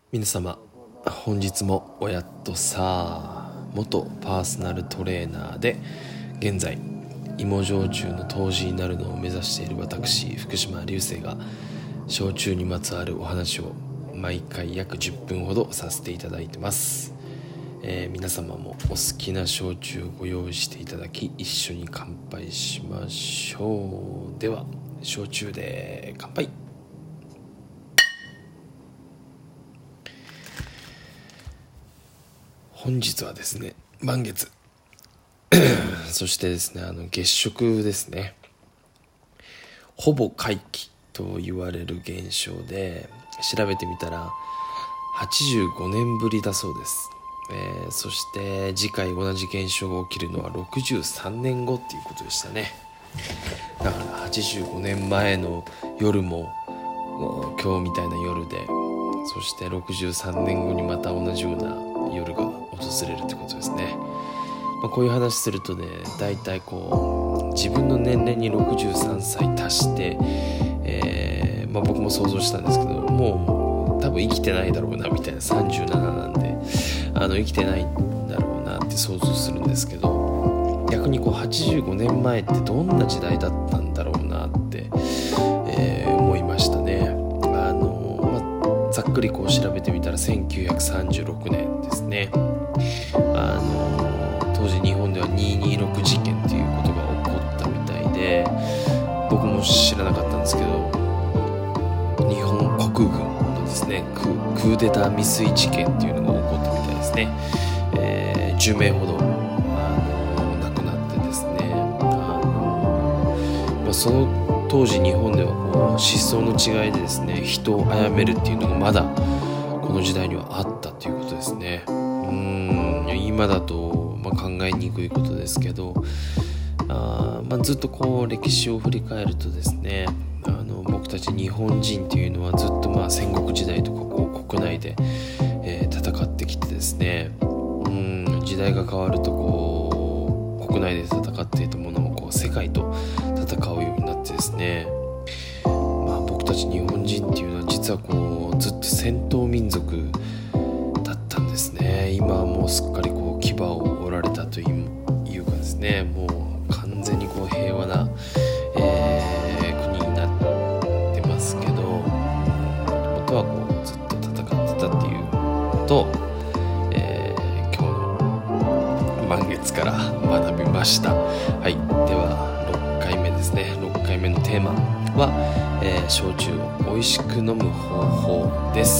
皆様、本日もおやっとさ元パーソナルトレーナーで現在芋焼酎の杜氏になるのを目指している私福島流星が焼酎にまつわるお話を毎回約10分ほどさせていただいてます。皆様もお好きな焼酎をご用意していただき一緒に乾杯しましょう。では焼酎で乾杯。本日はですね、満月そしてですね、月食ですね。ほぼ皆既と言われる現象で、調べてみたら85年ぶりだそうです。そして次回同じ現象が起きるのは63年後っていうことでしたね。だから85年前の夜も今日みたいな夜で、そして63年後にまた同じような夜が訪れるってことですね。こういう話するとね、だいたい自分の年齢に63歳足して、僕も想像したんですけど、もう多分生きてないだろうなみたいな、37なんで生きてないんだろうなって想像するんですけど、逆に85年前ってどんな時代だったんだろうなって、思いましたね。ざっくり調べてみたら1936年ですね。当時日本では226事件っていうことが起こったみたいで、僕も知らなかったんですけど、日本国軍のですねクーデター未遂事件っていうのが起こったみたいですね。10名ほど亡くなってですね、その当時日本では思想の違いでですね、人を殺めるっていうのがまだこの時代にはあったということですね。今だと考えにくいことですけど、ずっと歴史を振り返るとですね、僕たち日本人っていうのはずっと戦国時代とか国内で、戦ってきてですね、時代が変わると国内で戦っていたものも世界と戦うようになってですね、僕たち日本人っていうのは実はずっと戦闘民族だったんですね。今はもうすっかり牙を折られたというかですね、もう完全に平和な、国になってますけど、元はずっと戦ってたっていうことを、今日の満月から学びました。はい、では6回目ですね。6回目のテーマは、焼酎を美味しく飲む方法です。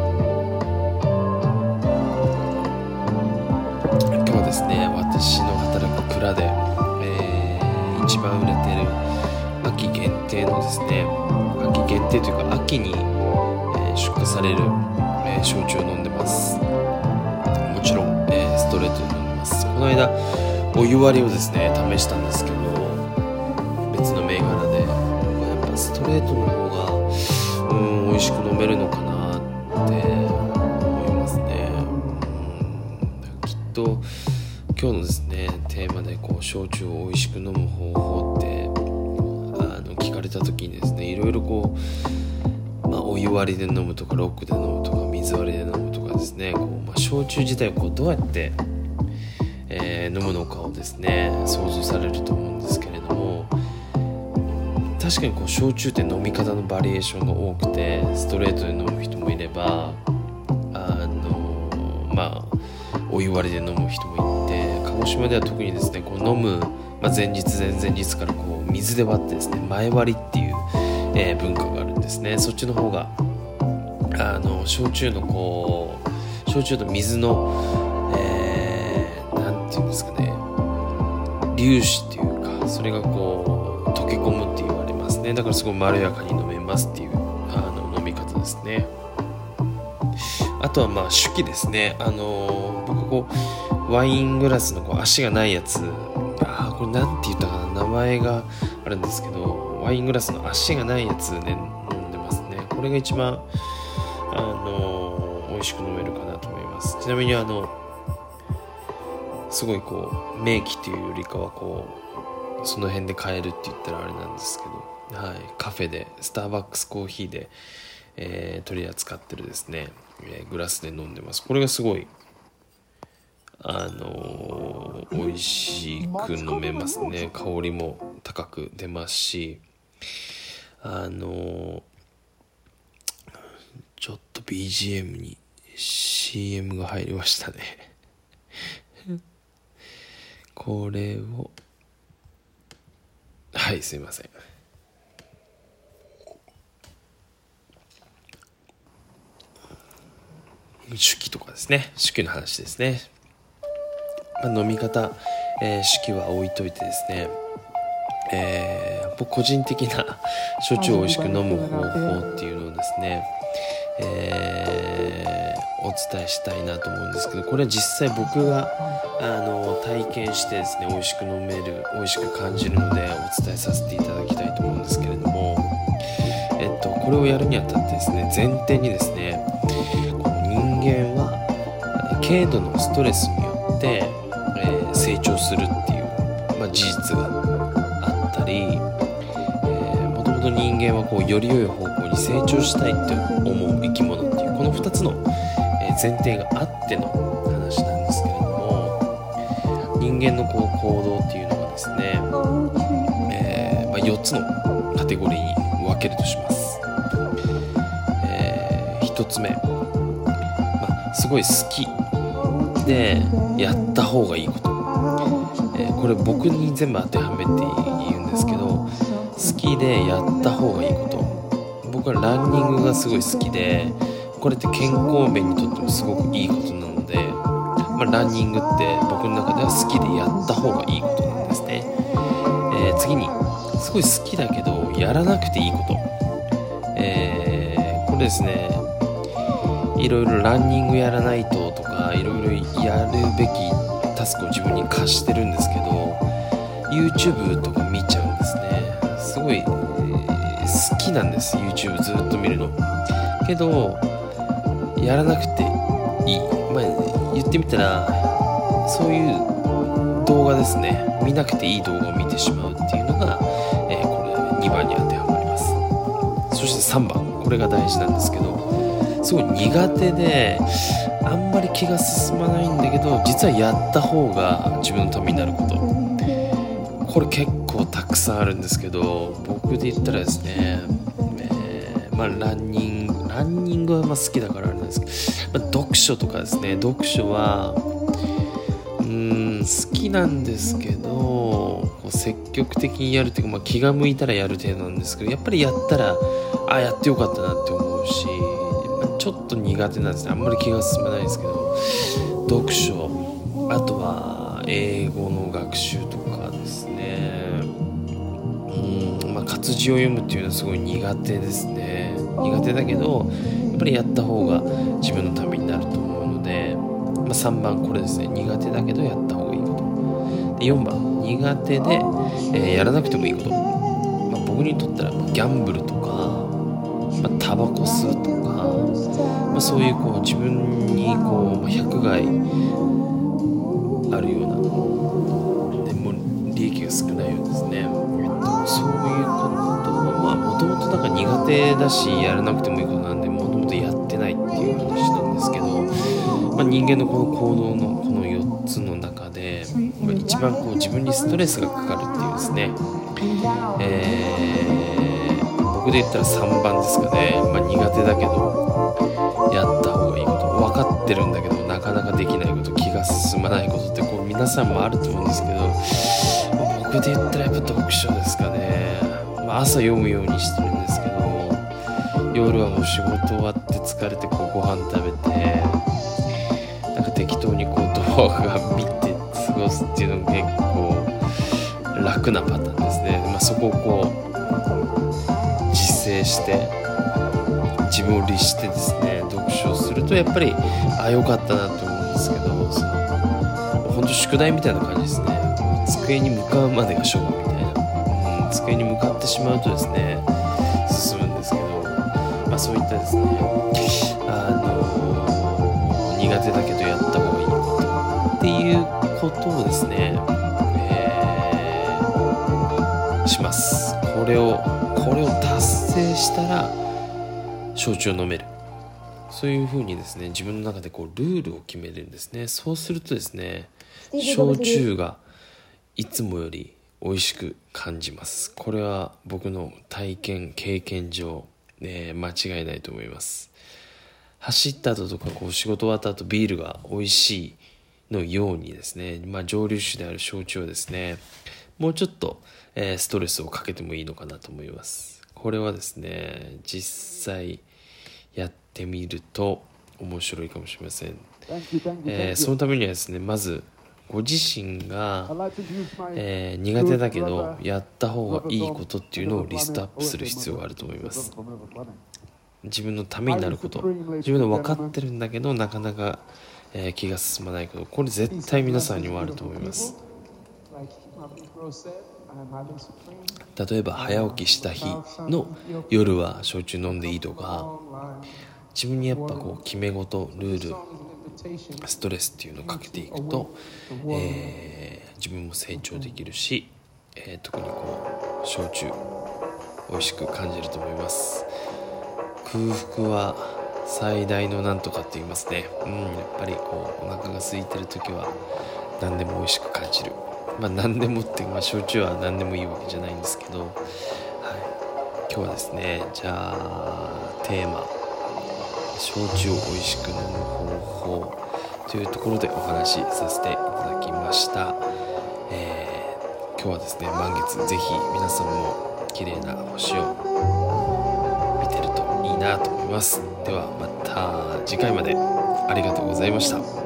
今日はですね、私の働く蔵で、一番売れてる秋限定のですね、秋限定というか秋に、出荷される、焼酎を飲んでます。もちろん、ストレートで飲んでます。この間お湯割りをですね試したんですけど、別の銘柄でやっぱストレートの方が美味しく飲めるのかなって思いますね。きっと今日のですねテーマで焼酎を美味しく飲む方法って聞かれた時にですね、いろいろお湯割りで飲むとかロックで飲むとか水割りで飲むとかですね、焼酎自体をどうやって飲むのかをですね想像されると思うんですけれども、確かに焼酎って飲み方のバリエーションが多くて、ストレートで飲む人もいればお湯割りで飲む人もいて、鹿児島では特にですね飲む、前日前々日から水で割ってですね前割りっていう、文化があるんですね。そっちの方が焼酎と水のなんていうんですかね、粒子っていうか、それが溶け込むって言われますね。だからすごいまろやかに飲めますっていう飲み方ですね。あとは酒器ですね。僕ワイングラスの足がないやつ、これなんて言ったかな、名前があるんですけど、ワイングラスの足がないやつで飲んでますね。これが一番美味しく飲めるかなと思います。ちなみにすごい名器というよりかはその辺で買えるって言ったらあれなんですけど、カフェでスターバックスコーヒーで、 取り扱ってるですね、グラスで飲んでます。これがすごい美味しく飲めますね。香りも高く出ますし、ちょっと BGM に CM が入りましたねこれをすいません。手記とかですね、手記の話ですね。飲み方、手記は置いといてですね、僕個人的な焼酎を美味しく飲む方法っていうのをですね、お伝えしたいなと思うんですけど、これは実際僕が体験してですね、美味しく飲める、美味しく感じるのでお伝えさせていただきたいと思うんですけれども、これをやるにあたってですね、前提にですね、この人間は軽度のストレスによって、成長するっていう、事実があったり、もともと人間はより良い方向に成長したいって思う生き物っていう、この2つの前提があっての話なんですけれども、人間の行動っていうのがですね、4つのカテゴリーに分けるとします。1つ目、すごい好きでやった方がいいこと、これ僕に全部当てはめて言うんですけど、好きでやった方がいいこと、僕はランニングがすごい好きで、これって健康面にとってもすごくいいことなので、ランニングって僕の中では好きでやった方がいいことなんですね。次に、すごい好きだけどやらなくていいこと、これですね、いろいろランニングやらないととか、いろいろやるべきタスクを自分に課してるんですけど、 YouTube とか見ちゃうんですね。すごい、好きなんです YouTube ずっと見るのけど、やらなくていい、言ってみたらそういう動画ですね、見なくていい動画を見てしまうっていうのが、これ2番に当てはまります。そして3番、これが大事なんですけど、すごい苦手であんまり気が進まないんだけど、実はやった方が自分のためになること、これ結構たくさんあるんですけど、僕で言ったらですね、ランニングは好きだからあれなんですけど、読書とかですね、読書は好きなんですけど、積極的にやるっていうか、気が向いたらやる程度なんですけど、やっぱりやったらやってよかったなって思うし、ちょっと苦手なんですね。あんまり気が進まないですけど、読書、あとは英語の学習とかですね、活字を読むっていうのはすごい苦手ですね。苦手だけどやっぱりやった方が自分のためになると思うので、3番これですね、苦手だけどやった方がいいことで、4番苦手で、やらなくてもいいこと、僕にとったらギャンブルとか、タバコ吸うとか、そういう自分に百害あるような、でも利益が少ないようですね、そういうことはもともと苦手だし、やらなくてもいいことなんで、もともとやってないっていう話なんですけど、人間のこの行動のこの4つの中で、一番自分にストレスがかかるっていうですね、僕で言ったら3番ですかね。苦手だけどやった方がいいこと、分かってるんだけどなかなかできないこと、気が進まないことって皆さんもあると思うんですけど、僕で言ったらやっぱ読書ですかね。朝読むようにしてるんですけど、夜はもう仕事終わって疲れてご飯食べて、適当に動画見て過ごすっていうのが結構楽なパターンですね。そこを自制して自分を律してですね、読書をするとやっぱり良かったなと思うんですけど、本当宿題みたいな感じですね。机に向かうまでが勝負みたいな、机に向かってしまうとですね進むんですけど、そういったですね、苦手だけどやった方がいいことっていうことをですね、します。これを達成したら焼酎を飲める、そういう風にですね自分の中でこうルールを決めるんですね。そうするとですね焼酎がいつもより美味しく感じます。これは僕の体験経験上、間違いないと思います。走った後とかこう仕事終わった後ビールが美味しいのようにですね、蒸留酒である焼酎はですねもうちょっと、ストレスをかけてもいいのかなと思います。これはですね実際やってみると面白いかもしれません。そのためにはですねまずご自身が、苦手だけどやった方がいいことっていうのをリストアップする必要があると思います。自分のためになること、自分で分かってるんだけどなかなか、気が進まないこと、これ絶対皆さんにもあると思います。例えば早起きした日の夜は焼酎飲んでいいとか、自分にやっぱこう決め事、ルール、ストレスっていうのをかけていくと、自分も成長できるし、特にこう焼酎美味しく感じると思います。空腹は最大のなんとかって言いますね。やっぱりこうお腹が空いてる時は何でも美味しく感じる。何でもって、焼酎は何でもいいわけじゃないんですけど、今日はですねじゃあテーマ焼酎を美味しく飲む方法というところでお話しさせていただきました。今日はですね満月、ぜひ皆さんも綺麗な星を見てるといいなと思います。ではまた次回までありがとうございました。